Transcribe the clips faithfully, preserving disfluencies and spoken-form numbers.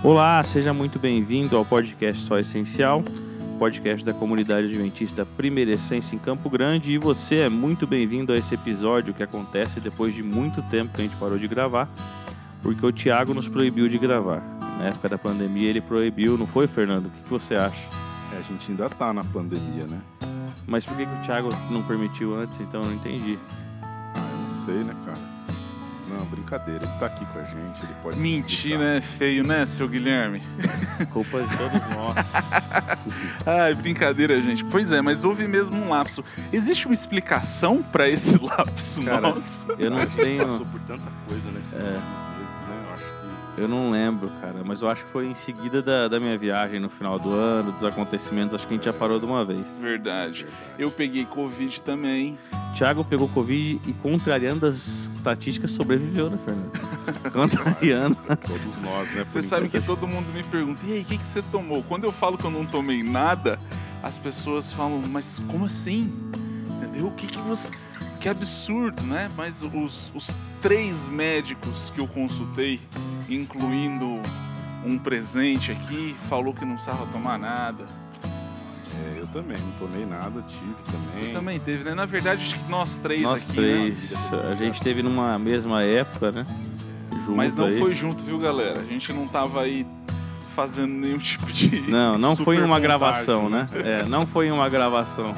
Olá, seja muito bem-vindo ao podcast Só Essencial, podcast da comunidade adventista Primeira Essência em Campo Grande, e você é muito bem-vindo a esse episódio que acontece depois de muito tempo que a gente parou de gravar, porque o Thiago nos proibiu de gravar. Na época da pandemia ele proibiu, não foi, Fernando? O que, que você acha? É, a gente ainda tá na pandemia, né? Mas por que, que o Thiago não permitiu antes, então eu não entendi. Ah, eu não sei, né, cara? Não, brincadeira, ele tá aqui com a gente, ele pode... Mentir, né? Feio, né, seu Guilherme? Culpa de todos nós. Ai, brincadeira, gente. Pois é, mas houve mesmo um lapso. Existe uma explicação pra esse lapso Cara, nosso? Eu não a gente tenho... passou por tanta coisa nesses É. últimos meses, né? Eu acho que... Eu não lembro, cara, mas eu acho que foi em seguida da, da minha viagem no final do ano, dos acontecimentos, acho que a gente já parou de uma vez. Verdade. Eu peguei Covid também. Thiago pegou Covid e, contrariando as estatísticas, sobreviveu, né, Fernando? Contrariando. Todos nós, né? Você por sabe enquanto, que todo mundo me pergunta, e aí, o que, que você tomou? Quando eu falo que eu não tomei nada, as pessoas falam, mas como assim? Entendeu? O que que você... Que absurdo, né? Mas os, os três médicos que eu consultei, incluindo um presente aqui, falou que não precisava tomar nada. É, eu também, não tomei nada, tive também. Você também teve, né? Na verdade, acho que nós três Nós aqui, três, né? a gente teve numa mesma época, né? Junto Mas não aí. foi junto, viu, galera? A gente não tava aí fazendo nenhum tipo de... Não, não foi em uma super gravação, contágio, né? É, não foi em uma gravação.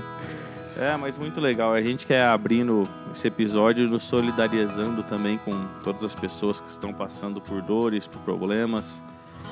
É, mas muito legal. A gente quer abrindo esse episódio nos solidarizando também com todas as pessoas que estão passando por dores, por problemas.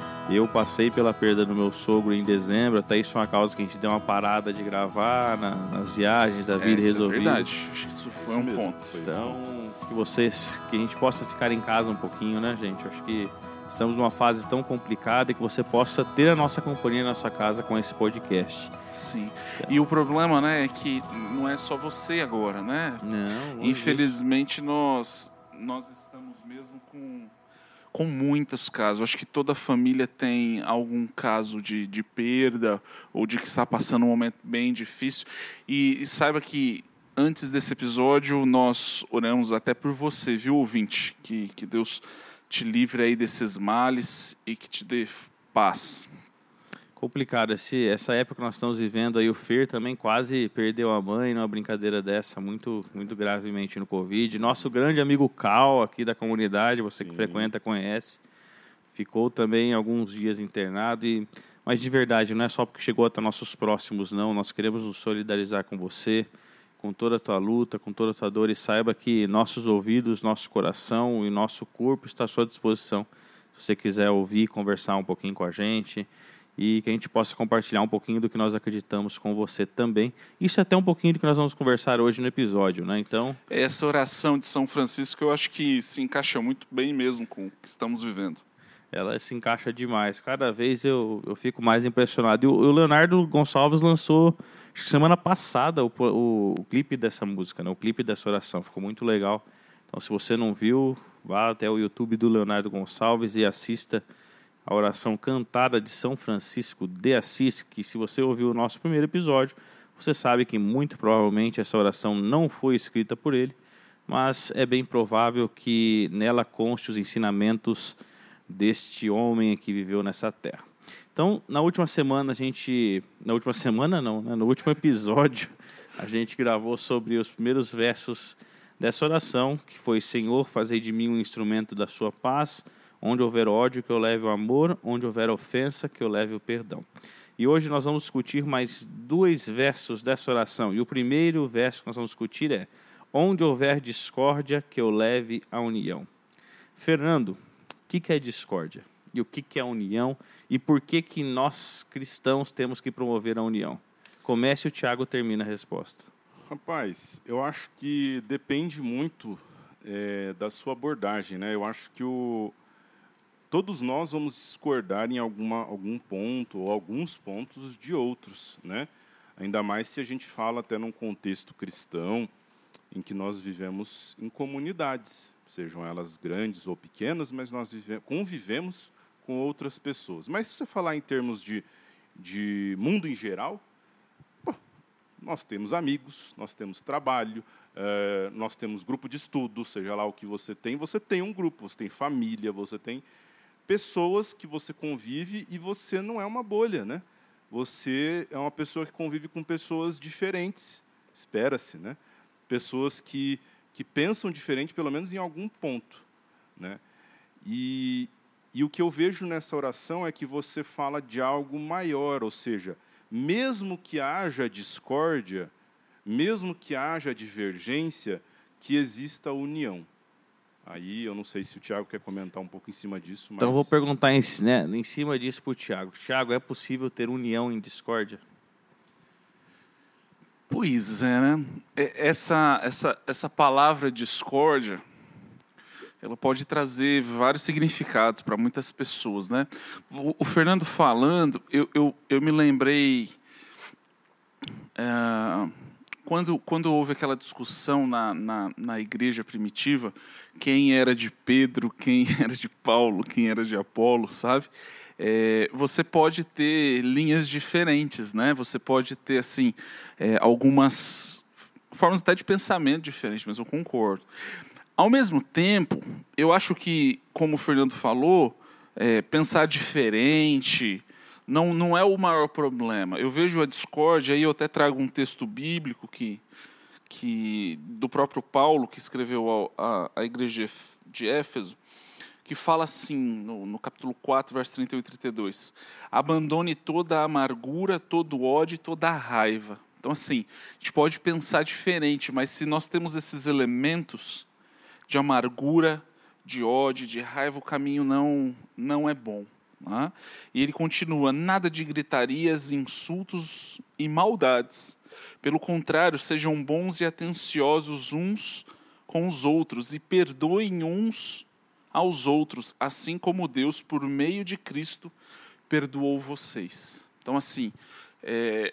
Eu passei pela perda do meu sogro em dezembro, até isso é uma causa que a gente deu uma parada de gravar na, nas viagens da vida É, isso é resolvida. verdade. Isso foi Isso um mesmo, ponto. foi isso. Então, que vocês, que a gente possa ficar em casa um pouquinho, né, gente? Acho que estamos numa fase tão complicada e que você possa ter a nossa companhia na sua casa com esse podcast. Sim. E o problema, né, é que não é só você agora, né? Não, longe Infelizmente, nós, nós estamos mesmo com, com muitos casos. Acho que toda família tem algum caso de, de perda ou de que está passando um momento bem difícil. E, e saiba que antes desse episódio, nós oramos até por você, viu, ouvinte? Que, que Deus te livre aí desses males e que te dê paz. complicado. Esse, essa época que nós estamos vivendo aí, o Fer também quase perdeu a mãe numa brincadeira dessa, muito, muito gravemente no Covid. Nosso grande amigo Cal, aqui da comunidade, você que Sim. frequenta, conhece, ficou também alguns dias internado. E, mas de verdade, não é só porque chegou até nossos próximos, não. Nós queremos nos solidarizar com você, com toda a tua luta, com toda a tua dor, e saiba que nossos ouvidos, nosso coração e nosso corpo está à sua disposição. Se você quiser ouvir, conversar um pouquinho com a gente, e que a gente possa compartilhar um pouquinho do que nós acreditamos com você também. Isso é até um pouquinho do que nós vamos conversar hoje no episódio, né? Então, Essa oração de São Francisco eu acho que se encaixa muito bem mesmo com o que estamos vivendo. ela se encaixa demais. Cada vez eu, eu fico mais impressionado. E o, o Leonardo Gonçalves lançou, acho que semana passada, o, o, o clipe dessa música, né? O clipe dessa oração. Ficou muito legal. Então, se você não viu, vá até o YouTube do Leonardo Gonçalves e assista a oração cantada de São Francisco de Assis, que se você ouviu o nosso primeiro episódio, você sabe que muito provavelmente essa oração não foi escrita por ele, mas é bem provável que nela conste os ensinamentos deste homem que viveu nessa terra. Então, na última semana a gente... Na última semana não, né? No último episódio a gente gravou sobre os primeiros versos dessa oração, que foi: Senhor, fazei de mim um instrumento da sua paz. Onde houver ódio, que eu leve o amor. Onde houver ofensa, que eu leve o perdão. E hoje nós vamos discutir mais dois versos dessa oração. E o primeiro verso que nós vamos discutir é: onde houver discórdia, que eu leve a união. Fernando, o que, que é discórdia? E o que, que é união? E por que, que nós, cristãos, temos que promover a união? Comece e o Thiago termina a resposta. Rapaz, eu acho que depende muito é, da sua abordagem, né? Eu acho que o... todos nós vamos discordar em alguma, algum ponto ou alguns pontos de outros, né? Ainda mais se a gente fala até num contexto cristão, em que nós vivemos em comunidades, sejam elas grandes ou pequenas, mas nós vive, convivemos com outras pessoas. Mas se você falar em termos de, de mundo em geral, pô, nós temos amigos, nós temos trabalho, é, nós temos grupo de estudo, seja lá o que você tem, você tem um grupo, você tem família, você tem... pessoas que você convive e você não é uma bolha, né? Você é uma pessoa que convive com pessoas diferentes, espera-se, né? Pessoas que, que pensam diferente, pelo menos em algum ponto, né? E, e o que eu vejo nessa oração é que você fala de algo maior, ou seja, mesmo que haja discórdia, mesmo que haja divergência, que exista união. Aí eu não sei se o Tiago quer comentar um pouco em cima disso. Mas... Então eu vou perguntar em, né, em cima disso para o Tiago. Tiago, é possível ter união em discórdia? Pois é, né? Essa, essa, essa palavra discórdia, ela pode trazer vários significados para muitas pessoas, né? O, o Fernando falando, eu, eu, eu me lembrei... É, Quando, quando houve aquela discussão na, na, na igreja primitiva, quem era de Pedro, quem era de Paulo, quem era de Apolo, sabe? É, você pode ter linhas diferentes, né? Você pode ter, assim, é, algumas formas até de pensamento diferentes, mas eu concordo. Ao mesmo tempo, eu acho que, como o Fernando falou, é, pensar diferente... Não, não é o maior problema. Eu vejo a discórdia, aí eu até trago um texto bíblico que, que, do próprio Paulo, que escreveu a, a, a igreja de Éfeso, que fala assim, no, no capítulo quatro, versos trinta e oito e trinta e dois, abandone toda a amargura, todo o ódio e toda a raiva. Então, assim, a gente pode pensar diferente, mas se nós temos esses elementos de amargura, de ódio, de raiva, o caminho não, não é bom. Né? E ele continua, nada de gritarias, insultos e maldades. Pelo contrário, sejam bons e atenciosos uns com os outros e perdoem uns aos outros, assim como Deus, por meio de Cristo, perdoou vocês. Então, assim, é,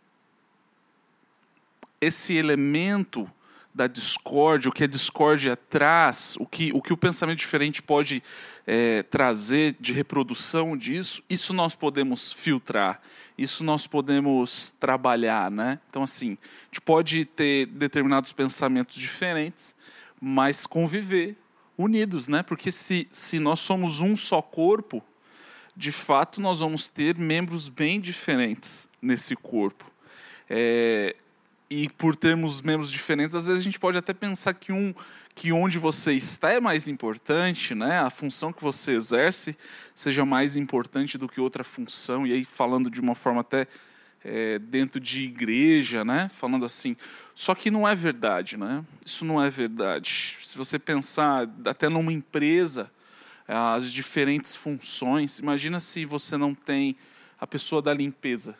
esse elemento da discórdia, o que a discórdia traz, o que o, que o pensamento diferente pode é, trazer de reprodução disso, isso nós podemos filtrar, isso nós podemos trabalhar, né? Então, assim, a gente pode ter determinados pensamentos diferentes, mas conviver unidos, né? Porque se, se nós somos um só corpo, de fato nós vamos ter membros bem diferentes nesse corpo. É... E por termos membros diferentes, às vezes a gente pode até pensar que, um, que onde você está é mais importante, né? A função que você exerce seja mais importante do que outra função. E aí, falando de uma forma até é, dentro de igreja, né? Falando assim. Só que não é verdade, né? Isso não é verdade. Se você pensar até numa empresa, as diferentes funções, imagina se você não tem a pessoa da limpeza.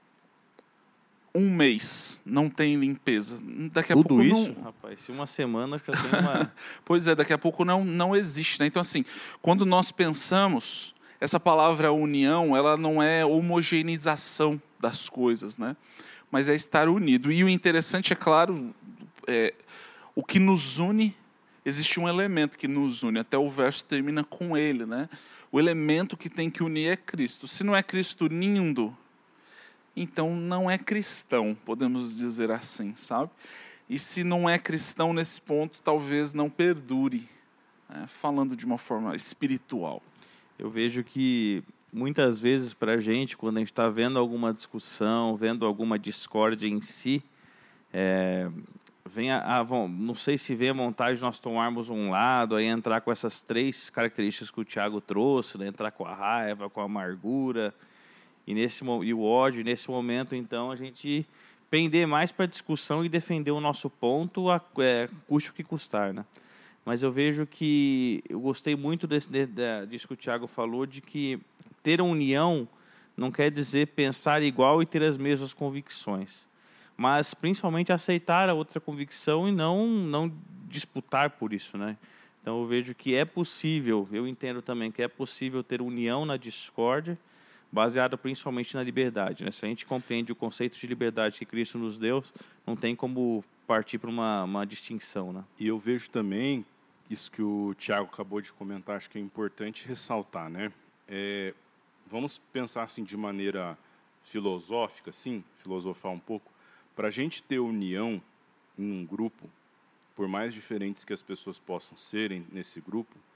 Um mês não tem limpeza. Daqui a Tudo pouco isso, não... rapaz, se uma semana já tem uma... Pois é, daqui a pouco não, não existe. Né? Então, assim, quando nós pensamos, essa palavra união, ela não é homogeneização das coisas, né? Mas é estar unido. E o interessante, é claro, é, o que nos une, existe um elemento que nos une. Até o verso termina com ele, né? O elemento que tem que unir é Cristo. Se não é Cristo unindo, então não é cristão, podemos dizer assim, sabe? E se não é cristão nesse ponto, talvez não perdure, né? Falando de uma forma espiritual. Eu vejo que muitas vezes para a gente, quando a gente está vendo alguma discussão, vendo alguma discórdia em si, é, vem a, a, não sei se vem a vontade de nós tomarmos um lado, aí entrar com essas três características que o Tiago trouxe, né? Entrar com a raiva, com a amargura, E, nesse, e o ódio, nesse momento, então, a gente pender mais para a discussão e defender o nosso ponto, a, é, custe o que custar, né? Mas eu vejo que, eu gostei muito desse, de, de, disso que o Tiago falou, de que ter união não quer dizer pensar igual e ter as mesmas convicções, mas principalmente aceitar a outra convicção e não, não disputar por isso, né? Então eu vejo que é possível, eu entendo também que é possível ter união na discórdia, baseado principalmente na liberdade, né? Se a gente compreende o conceito de liberdade que Cristo nos deu, não tem como partir para uma, uma distinção, né? E eu vejo também, isso que o Tiago acabou de comentar, acho que é importante ressaltar, né? É, vamos pensar assim de maneira filosófica, assim, filosofar um pouco, para a gente ter união em um grupo, por mais diferentes que as pessoas possam serem nesse grupo,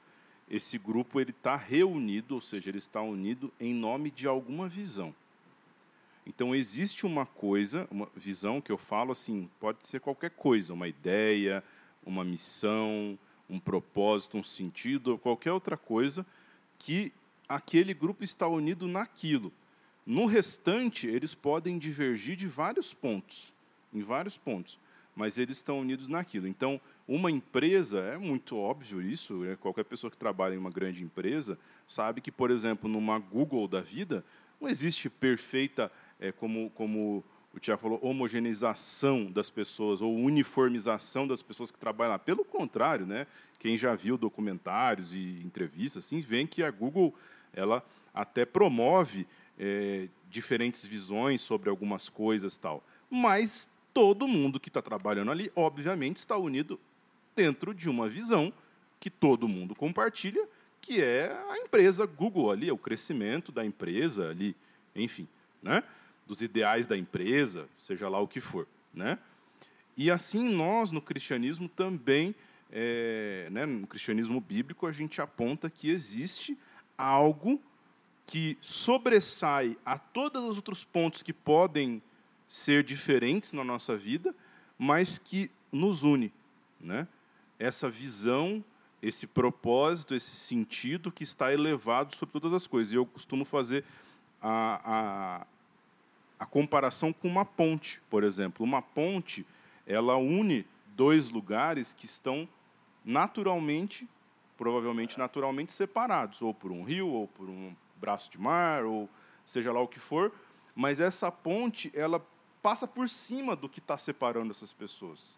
esse grupo ele está reunido, ou seja, ele está unido em nome de alguma visão. Então, existe uma coisa, uma visão que eu falo assim, pode ser qualquer coisa, uma ideia, uma missão, um propósito, um sentido, ou qualquer outra coisa, que aquele grupo está unido naquilo. No restante, eles podem divergir de vários pontos, em vários pontos, mas eles estão unidos naquilo. Então, uma empresa, é muito óbvio isso, né? Qualquer pessoa que trabalha em uma grande empresa sabe que, por exemplo, numa Google da vida, não existe perfeita, é, como, como o Tiago falou, homogeneização das pessoas ou uniformização das pessoas que trabalham lá. Pelo contrário, né? Quem já viu documentários e entrevistas, assim, vê que a Google ela até promove é, diferentes visões sobre algumas coisas e tal. Mas todo mundo que está trabalhando ali, obviamente, está unido dentro de uma visão que todo mundo compartilha, que é a empresa Google ali, é o crescimento da empresa ali, enfim, né? Dos ideais da empresa, seja lá o que for, né? E assim nós, no cristianismo, também, é, né, no cristianismo bíblico, a gente aponta que existe algo que sobressai a todos os outros pontos que podem ser diferentes na nossa vida, mas que nos une, né? Essa visão, esse propósito, esse sentido que está elevado sobre todas as coisas. E eu costumo fazer a, a, a comparação com uma ponte, por exemplo. Uma ponte, ela une dois lugares que estão naturalmente, provavelmente naturalmente separados, ou por um rio, ou por um braço de mar, ou seja lá o que for, mas essa ponte, ela passa por cima do que está separando essas pessoas.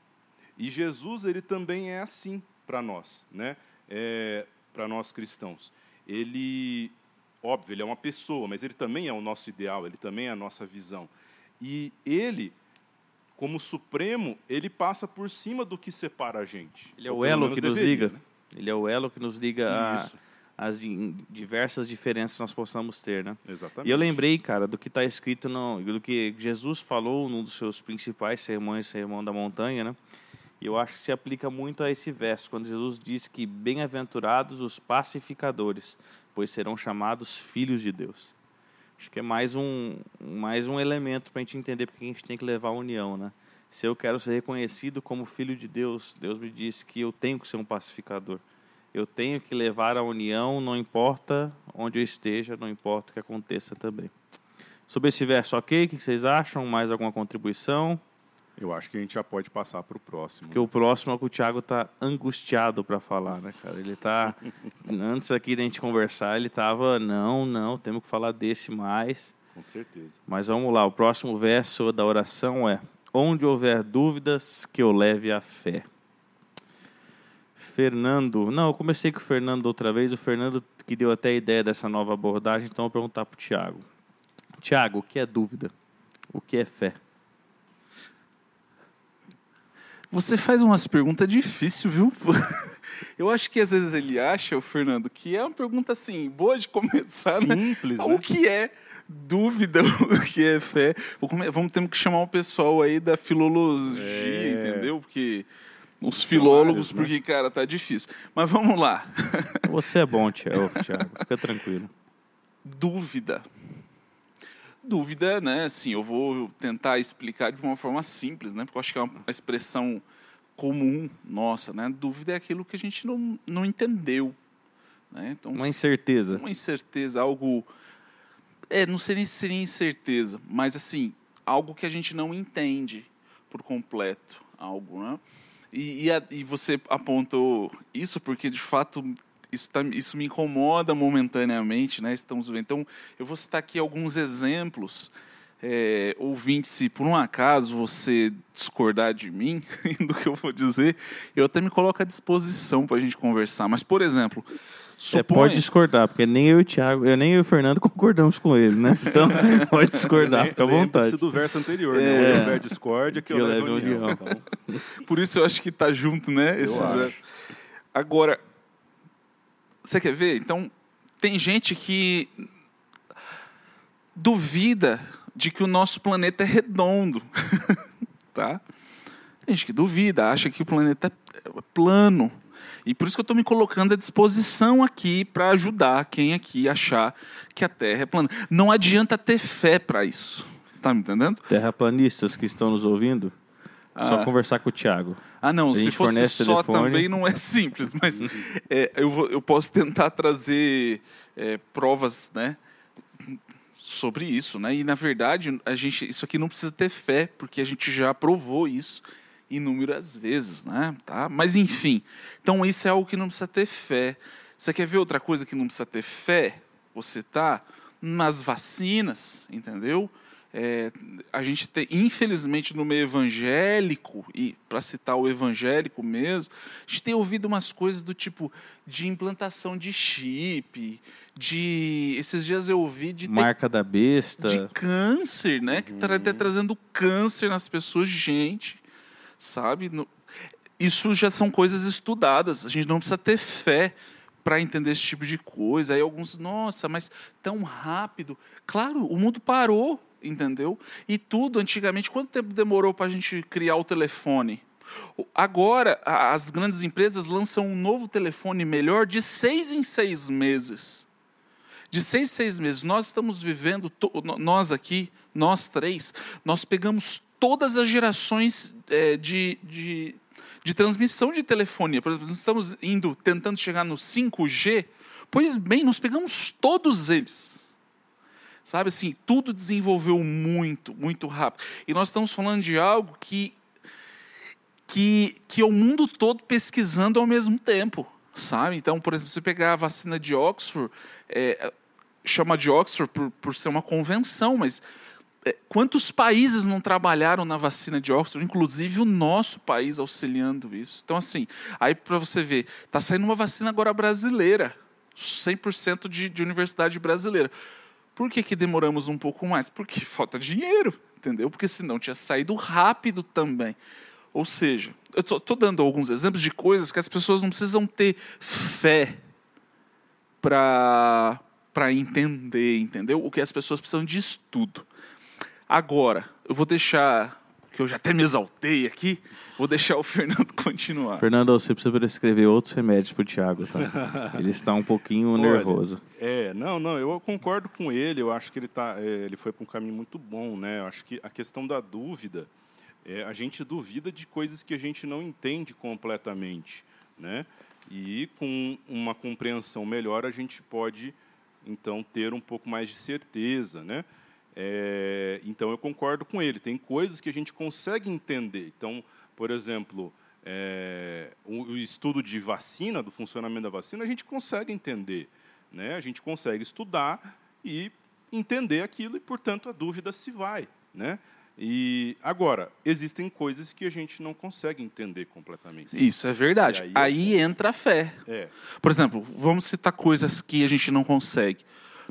E Jesus, ele também é assim para nós, né? É, para nós cristãos. Ele, óbvio, ele é uma pessoa, mas ele também é o nosso ideal, ele também é a nossa visão. E ele, como supremo, ele passa por cima do que separa a gente. Ele é o elo que nos liga. Né? Ele é o elo que nos liga a, as diversas diferenças que nós possamos ter, né? Exatamente. E eu lembrei, cara, do que está escrito, no, do que Jesus falou num dos seus principais sermões, Sermão da Montanha, né? E eu acho que se aplica muito a esse verso, quando Jesus diz que bem-aventurados os pacificadores, pois serão chamados filhos de Deus. Acho que é mais um, mais um elemento para a gente entender porque a gente tem que levar a união, né? Se eu quero ser reconhecido como filho de Deus, Deus me diz que eu tenho que ser um pacificador. Eu tenho que levar a união, não importa onde eu esteja, não importa o que aconteça também. Sobre esse verso, ok? O que vocês acham? Mais alguma contribuição? Eu acho que a gente já pode passar para o próximo. Porque o próximo é que o Thiago está angustiado para falar, né, cara? Ele está, antes aqui da gente conversar, ele estava, não, não, temos que falar desse mais. Com certeza. Mas vamos lá, o próximo verso da oração é: onde houver dúvidas, que eu leve a fé. Fernando, não, eu comecei com o Fernando outra vez, o Fernando que deu até a ideia dessa nova abordagem, então eu vou perguntar para o Thiago. Thiago, o que é dúvida? O que é fé? Você faz umas perguntas difíceis, viu? Eu acho que às vezes ele acha, o Fernando, que é uma pergunta assim, boa de começar, simples, né? né? O que é dúvida, o que é fé? Vamos ter que chamar o pessoal aí da filologia, é... entendeu? Porque os filólogos, né? Porque, cara, tá difícil. Mas vamos lá. Você é bom, Thiago, fica tranquilo. Dúvida. Dúvida, né? Assim, eu vou tentar explicar de uma forma simples, né? Porque eu acho que é uma expressão comum nossa, né? Dúvida é aquilo que a gente não, não entendeu, né? Então, uma incerteza. Uma incerteza, algo... É, não sei nem se seria incerteza, mas, assim, algo que a gente não entende por completo, algo, né? E, e, a, e você apontou isso porque, de fato... Isso, tá, isso me incomoda momentaneamente, né? Estamos vendo. Então, eu vou citar aqui alguns exemplos. É, ouvinte, se por um acaso você discordar de mim, do que eu vou dizer, eu até me coloco à disposição para a gente conversar. Mas, por exemplo, suponha... Você pode discordar, porque nem eu e o Thiago, eu, nem eu e o Fernando concordamos com ele, né? Então, pode discordar, fica à vontade. Do verso anterior, é, né? Onde houver discórdia, que, que eu leve união. união. Então... Por isso eu acho que está junto, né? Esses eu acho. Agora... Você quer ver? Então, tem gente que duvida de que o nosso planeta é redondo. Tá? Tem gente que duvida, acha que o planeta é plano. E por isso que eu estou me colocando à disposição aqui para ajudar quem aqui achar que a Terra é plana. Não adianta ter fé para isso. Tá me entendendo? Terraplanistas que estão nos ouvindo, só Ah. conversar com o Thiago. Ah, não, A se gente fosse fornece só telefone. também não é simples, mas é, eu, vou, eu posso tentar trazer é, provas, né, sobre isso, né? E na verdade, a gente, isso aqui não precisa ter fé, porque a gente já provou isso inúmeras vezes, né? Tá? Mas enfim, então isso é algo que não precisa ter fé. Você quer ver outra coisa que não precisa ter fé? Você tá nas vacinas, entendeu? É, a gente tem, infelizmente, no meio evangélico, e para citar o evangélico mesmo, a gente tem ouvido umas coisas do tipo de implantação de chip, de esses dias eu ouvi de ter- Marca da besta. de câncer, né? Que está até trazendo câncer nas pessoas, gente, sabe? No- Isso já são coisas estudadas. A gente não precisa ter fé para entender esse tipo de coisa. Aí alguns, nossa, mas tão rápido. Claro, o mundo parou, entendeu? E tudo, antigamente, quanto tempo demorou para a gente criar o telefone? Agora, a- as grandes empresas lançam um novo telefone melhor de seis em seis meses. De seis em seis meses. Nós estamos vivendo, to- no- nós aqui, nós três, nós pegamos todas as gerações é, de, de, de transmissão de telefonia. Por exemplo, nós estamos indo, tentando chegar no cinco G. Pois bem, nós pegamos todos eles. Sabe assim, tudo desenvolveu muito, muito rápido. E nós estamos falando de algo que, que, que é o mundo todo pesquisando ao mesmo tempo, sabe? Então, por exemplo, você pegar a vacina de Oxford, é, chama de Oxford por, por ser uma convenção, mas é, quantos países não trabalharam na vacina de Oxford, inclusive o nosso país auxiliando isso? Então, assim, aí para você ver, está saindo uma vacina agora brasileira, cem por cento de, de universidade brasileira. Por que, que demoramos um pouco mais? Porque falta dinheiro, entendeu? Porque senão tinha saído rápido também. Ou seja, eu estou dando alguns exemplos de coisas que as pessoas não precisam ter fé para para entender, entendeu? O que as pessoas precisam de estudo. Agora, eu vou deixar, que eu já até me exaltei aqui, vou deixar o Fernando continuar. Fernando, você precisa prescrever outros remédios pro Thiago, tá? Ele está um pouquinho Olha, nervoso. É, não, não, eu concordo com ele. Eu acho que ele tá, é, ele foi para um caminho muito bom, né? Eu acho que a questão da dúvida, é, a gente duvida de coisas que a gente não entende completamente, né? E com uma compreensão melhor a gente pode então ter um pouco mais de certeza, né? É, então eu concordo com ele. Tem coisas que a gente consegue entender. Então, por exemplo, é, o, o estudo de vacina, do funcionamento da vacina, a gente consegue entender, né? A gente consegue estudar e entender aquilo e, portanto, a dúvida se vai, né? E agora existem coisas que a gente não consegue entender completamente. Isso é verdade. E aí Aí, eu- entra a fé. É, Por exemplo, vamos citar coisas que a gente não consegue.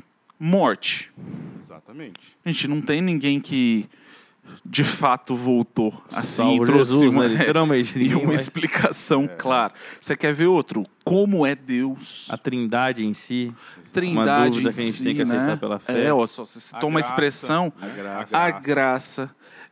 Morte. exatamente. A gente não tem ninguém que de fato voltou assim Salvo e trouxe Jesus, uma, né? Literalmente, e ninguém uma vai- explicação clara. Você quer ver outro? Como é Deus? A trindade em si, Trindade uma dúvida em que a gente si, tem que aceitar né? pela fé. É, ó, só, você citou A uma graça, expressão, a graça. a graça,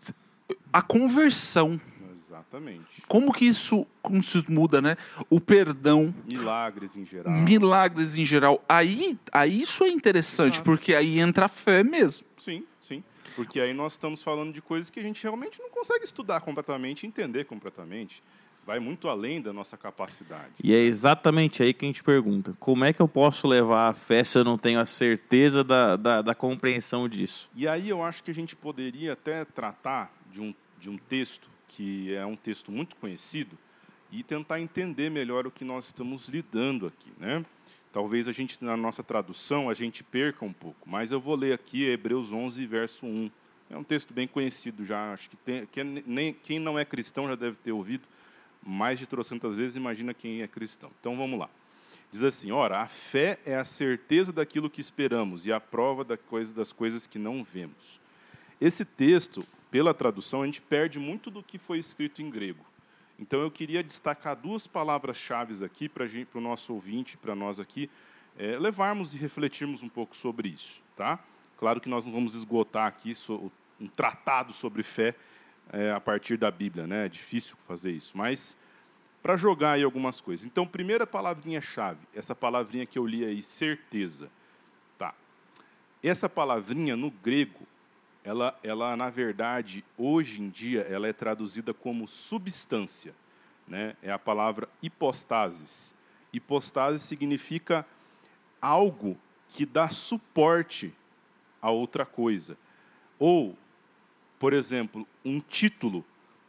a conversão. Exatamente. Como que isso, como isso muda, né? O perdão, Milagres em geral. milagres em geral. Aí, aí isso é interessante, Exato. porque aí entra a fé mesmo. Sim, sim. Porque aí nós estamos falando de coisas que a gente realmente não consegue estudar completamente, entender completamente. Vai muito além da nossa capacidade. E é exatamente aí que a gente pergunta: como é que eu posso levar a fé se eu não tenho a certeza da, da, da compreensão disso? E aí eu acho que a gente poderia até tratar de um, de um texto, que é um texto muito conhecido, e tentar entender melhor o que nós estamos lidando aqui, né? Talvez a gente, na nossa tradução, a gente perca um pouco, mas eu vou ler aqui Hebreus onze, verso um. É um texto bem conhecido já, acho que, tem, que nem, quem não é cristão já deve ter ouvido mais de trocentas vezes, imagina quem é cristão. Então, vamos lá. Diz assim: ora, a fé é a certeza daquilo que esperamos e a prova da coisa, das coisas que não vemos. Esse texto, pela tradução, a gente perde muito do que foi escrito em grego. Então, eu queria destacar duas palavras-chave aqui para o nosso ouvinte, para nós aqui, é, levarmos e refletirmos um pouco sobre isso. Tá? Claro que nós não vamos esgotar aqui so, um tratado sobre fé é, a partir da Bíblia, né? É difícil fazer isso. Mas, para jogar aí algumas coisas. Então, primeira palavrinha-chave, essa palavrinha que eu li aí, certeza. Tá. Essa palavrinha, no grego, ela, ela, na verdade, hoje em dia, ela é traduzida como substância, né? É a palavra hipostasis. Hipostasis significa algo que dá suporte a outra coisa. Ou, por exemplo, um título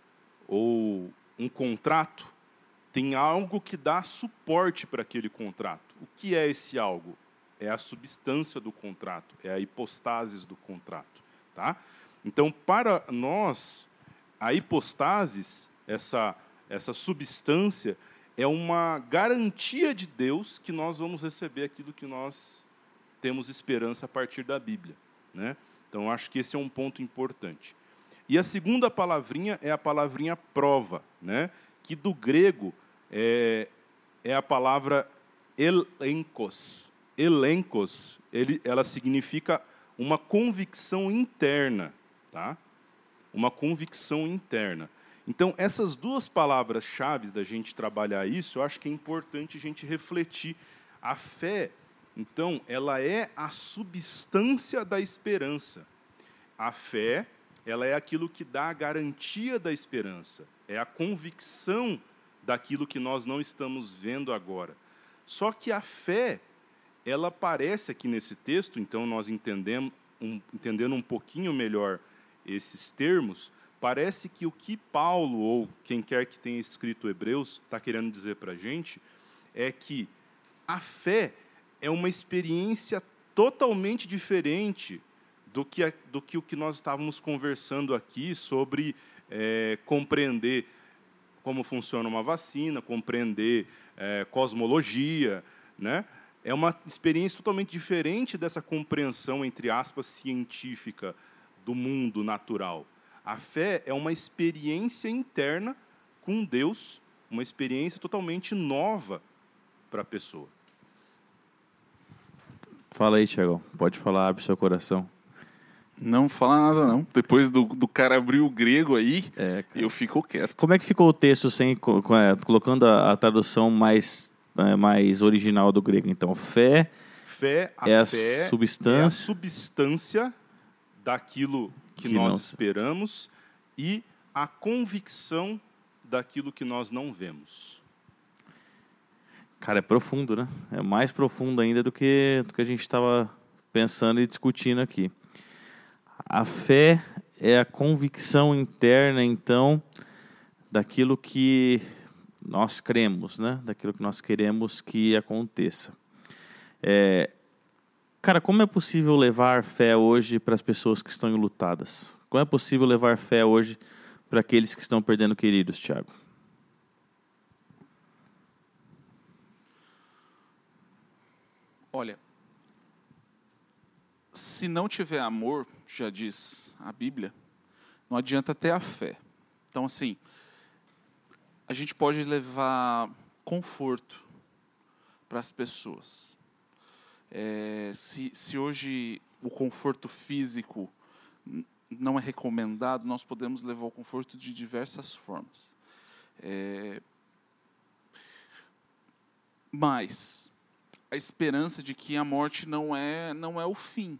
ou um contrato tem algo que dá suporte para aquele contrato. O que é esse algo? É a substância do contrato, é a hipostasis do contrato. Tá? Então, para nós, a hipostasis, essa, essa substância, é uma garantia de Deus que nós vamos receber aquilo que nós temos esperança a partir da Bíblia. Né? Então, acho que esse é um ponto importante. E a segunda palavrinha é a palavrinha prova, né? Que do grego é, é a palavra elenkos. Elenkos, ele, ela significa uma convicção interna. Tá? Uma convicção interna. Então, essas duas palavras-chave da gente trabalhar isso, eu acho que é importante a gente refletir. A fé, então, ela é a substância da esperança. A fé, ela é aquilo que dá a garantia da esperança. É a convicção daquilo que nós não estamos vendo agora. Só que a fé, ela aparece aqui nesse texto, então nós entendemos, um, entendendo um pouquinho melhor esses termos, parece que o que Paulo, ou quem quer que tenha escrito Hebreus, está querendo dizer para a gente, é que a fé é uma experiência totalmente diferente do que, do que o que nós estávamos conversando aqui sobre é, compreender como funciona uma vacina, compreender é, cosmologia, né? É uma experiência totalmente diferente dessa compreensão, entre aspas, científica do mundo natural. A fé é uma experiência interna com Deus, uma experiência totalmente nova para a pessoa. Fala aí, Thiago. Pode falar, abre seu coração. Não fala nada, não. Depois do, do cara abrir o grego aí, é, eu fico quieto. Como é que ficou o texto sem, colocando a, a tradução mais, é, mais original do grego? Então, fé, fé a é, fé a substância, é a substância daquilo que, que nós não... esperamos e a convicção daquilo que nós não vemos. Cara, é profundo, né? É mais profundo ainda do que, do que a gente estava pensando e discutindo aqui. A fé é a convicção interna, então, daquilo que nós cremos, né? Daquilo que nós queremos que aconteça. É... Cara, como é possível levar fé hoje para as pessoas que estão enlutadas? Como é possível levar fé hoje para aqueles que estão perdendo queridos, Thiago? Olha, se não tiver amor, já diz a Bíblia, não adianta ter a fé. Então, assim, a gente pode levar conforto para as pessoas. É, se, se hoje o conforto físico não é recomendado, nós podemos levar o conforto de diversas formas. É, mas a esperança de que a morte não é, não é o fim.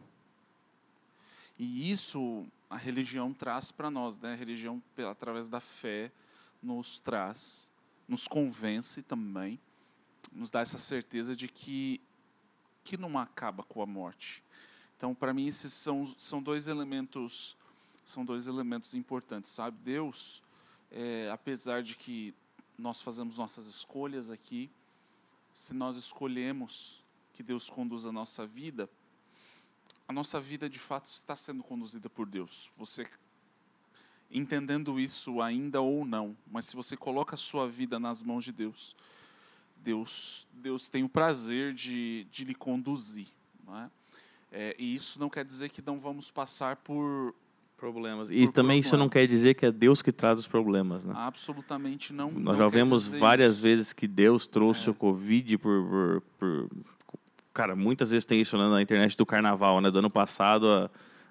E isso a religião traz para nós, né? A religião, através da fé, nos traz, nos convence também, nos dá essa certeza de que, que não acaba com a morte. Então, para mim, esses são, são dois elementos, são dois elementos importantes, sabe? Deus, é, apesar de que nós fazemos nossas escolhas aqui, se nós escolhemos que Deus conduza a nossa vida, a nossa vida, de fato, está sendo conduzida por Deus. Você, entendendo isso ainda ou não, mas se você coloca a sua vida nas mãos de Deus, Deus, Deus tem o prazer de, de lhe conduzir. Não é? É, e isso não quer dizer que não vamos passar por problemas. por E também problemas. Isso não quer dizer que é Deus que traz os problemas, né? Absolutamente não. Nós não já quer vemos dizer várias isso. vezes que Deus trouxe É. o Covid por, por, por... Cara, muitas vezes tem isso, né, na internet do carnaval, né? Do ano passado, a,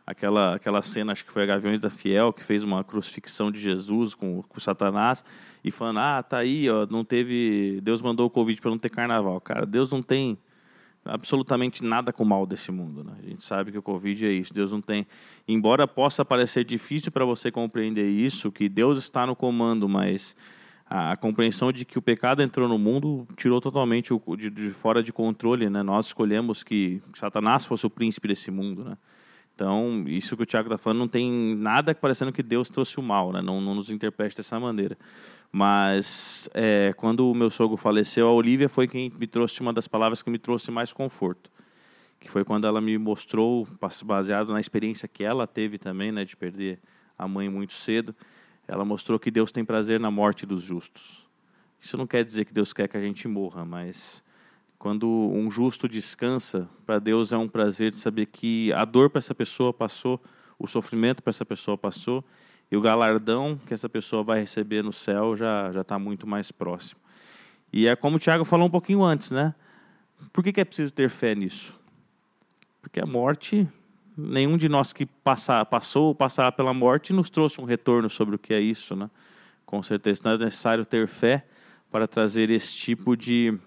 aquela, aquela cena, acho que foi a Gaviões da Fiel, que fez uma crucifixão de Jesus com, com Satanás, e falando, ah, tá aí, ó, não teve, Deus mandou o Covid para não ter carnaval. Cara, Deus não tem absolutamente nada com o mal desse mundo, né? A gente sabe que o Covid é isso, Deus não tem... Embora possa parecer difícil para você compreender isso, que Deus está no comando, mas a, a compreensão de que o pecado entrou no mundo tirou totalmente o, de, de fora de controle, né? Nós escolhemos que Satanás fosse o príncipe desse mundo, né? Então, isso que o Tiago está falando não tem nada parecendo que Deus trouxe o mal, né? Não, não nos interprete dessa maneira. Mas, é, quando o meu sogro faleceu, a Olivia foi quem me trouxe uma das palavras que me trouxe mais conforto. Que foi quando ela me mostrou, baseado na experiência que ela teve também, né, de perder a mãe muito cedo, ela mostrou que Deus tem prazer na morte dos justos. Isso não quer dizer que Deus quer que a gente morra, mas... Quando um justo descansa, para Deus é um prazer de saber que a dor para essa pessoa passou, o sofrimento para essa pessoa passou, e o galardão que essa pessoa vai receber no céu já já está muito mais próximo. E é como o Tiago falou um pouquinho antes, né? Por que, que é preciso ter fé nisso? Porque a morte, nenhum de nós que passa, passou ou passará pela morte nos trouxe um retorno sobre o que é isso, né? Com certeza não é necessário ter fé para trazer esse tipo de...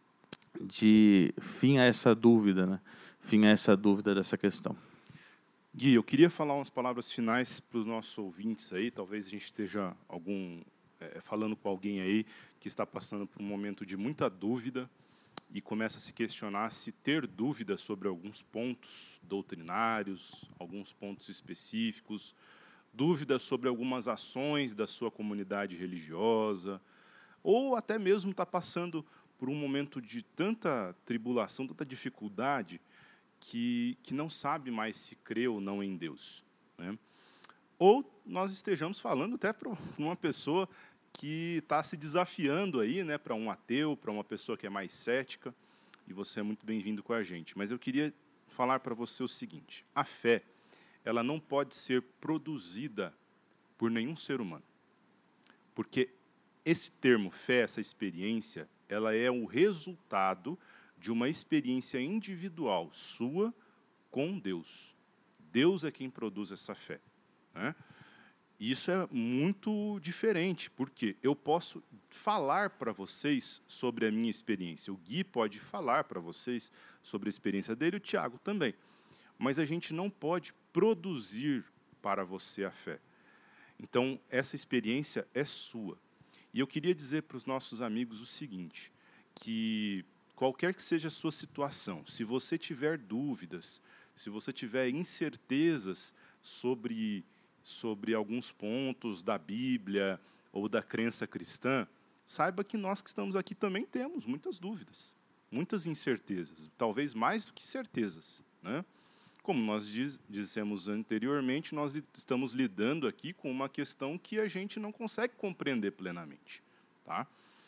de fim a essa dúvida, né? Fim a essa dúvida dessa questão. Gui, eu queria falar umas palavras finais para os nossos ouvintes aí, talvez a gente esteja algum, é, falando com alguém aí que está passando por um momento de muita dúvida e começa a se questionar se ter dúvida sobre alguns pontos doutrinários, alguns pontos específicos, dúvidas sobre algumas ações da sua comunidade religiosa, ou até mesmo está passando por um momento de tanta tribulação, tanta dificuldade, que, que não sabe mais se crê ou não em Deus, né? Ou nós estejamos falando até para uma pessoa que está se desafiando aí, né, para um ateu, para uma pessoa que é mais cética, e você é muito bem-vindo com a gente. Mas eu queria falar para você o seguinte: a fé, ela não pode ser produzida por nenhum ser humano, porque esse termo fé, essa experiência, ela é o resultado de uma experiência individual sua com Deus. Deus é quem produz essa fé, né? Isso é muito diferente, porque eu posso falar para vocês sobre a minha experiência. O Gui pode falar para vocês sobre a experiência dele, o Tiago também. Mas a gente não pode produzir para você a fé. Então, essa experiência é sua. E eu queria dizer para os nossos amigos o seguinte, que qualquer que seja a sua situação, se você tiver dúvidas, se você tiver incertezas sobre, sobre alguns pontos da Bíblia ou da crença cristã, saiba que nós que estamos aqui também temos muitas dúvidas, muitas incertezas, talvez mais do que certezas, né? Como nós diz, dissemos anteriormente, nós li, estamos lidando aqui com uma questão que a gente não consegue compreender plenamente, tá?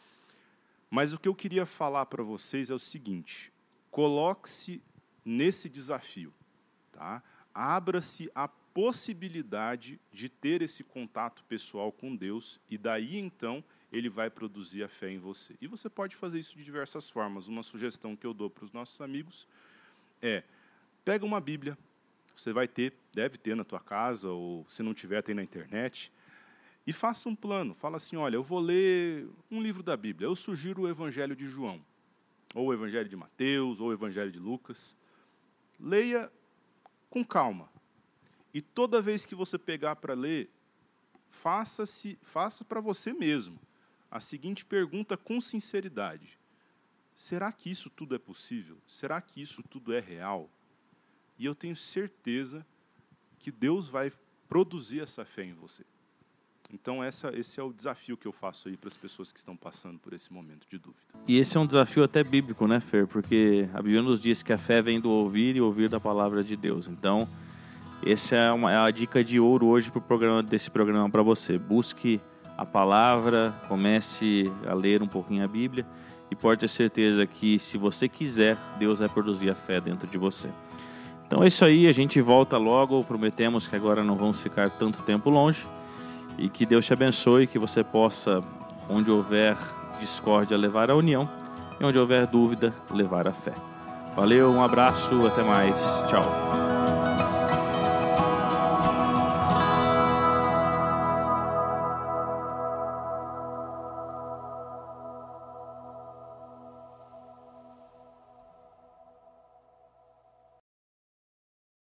Mas o que eu queria falar para vocês é o seguinte: coloque-se nesse desafio, tá? Abra-se a possibilidade de ter esse contato pessoal com Deus, e daí, então, Ele vai produzir a fé em você. E você pode fazer isso de diversas formas. Uma sugestão que eu dou para os nossos amigos é: pega uma Bíblia, você vai ter, deve ter na tua casa, ou se não tiver, tem na internet, e faça um plano. Fala assim: olha, eu vou ler um livro da Bíblia. Eu sugiro o Evangelho de João, ou o Evangelho de Mateus, ou o Evangelho de Lucas. Leia com calma. E toda vez que você pegar para ler, faça-se, faça para você mesmo a seguinte pergunta com sinceridade: será que isso tudo é possível? Será que isso tudo é real? E eu tenho certeza que Deus vai produzir essa fé em você. Então, essa, esse é o desafio que eu faço aí para as pessoas que estão passando por esse momento de dúvida. E esse é um desafio até bíblico, né, Fer? Porque a Bíblia nos diz que a fé vem do ouvir e ouvir da palavra de Deus. Então, essa é, uma, é a dica de ouro hoje pro programa, desse programa para você. Busque a palavra, comece a ler um pouquinho a Bíblia, e pode ter certeza que, se você quiser, Deus vai produzir a fé dentro de você. Então é isso aí, a gente volta logo, prometemos que agora não vamos ficar tanto tempo longe, e que Deus te abençoe, que você possa, onde houver discórdia, levar a união, e onde houver dúvida, levar a fé. Valeu, um abraço, até mais, tchau.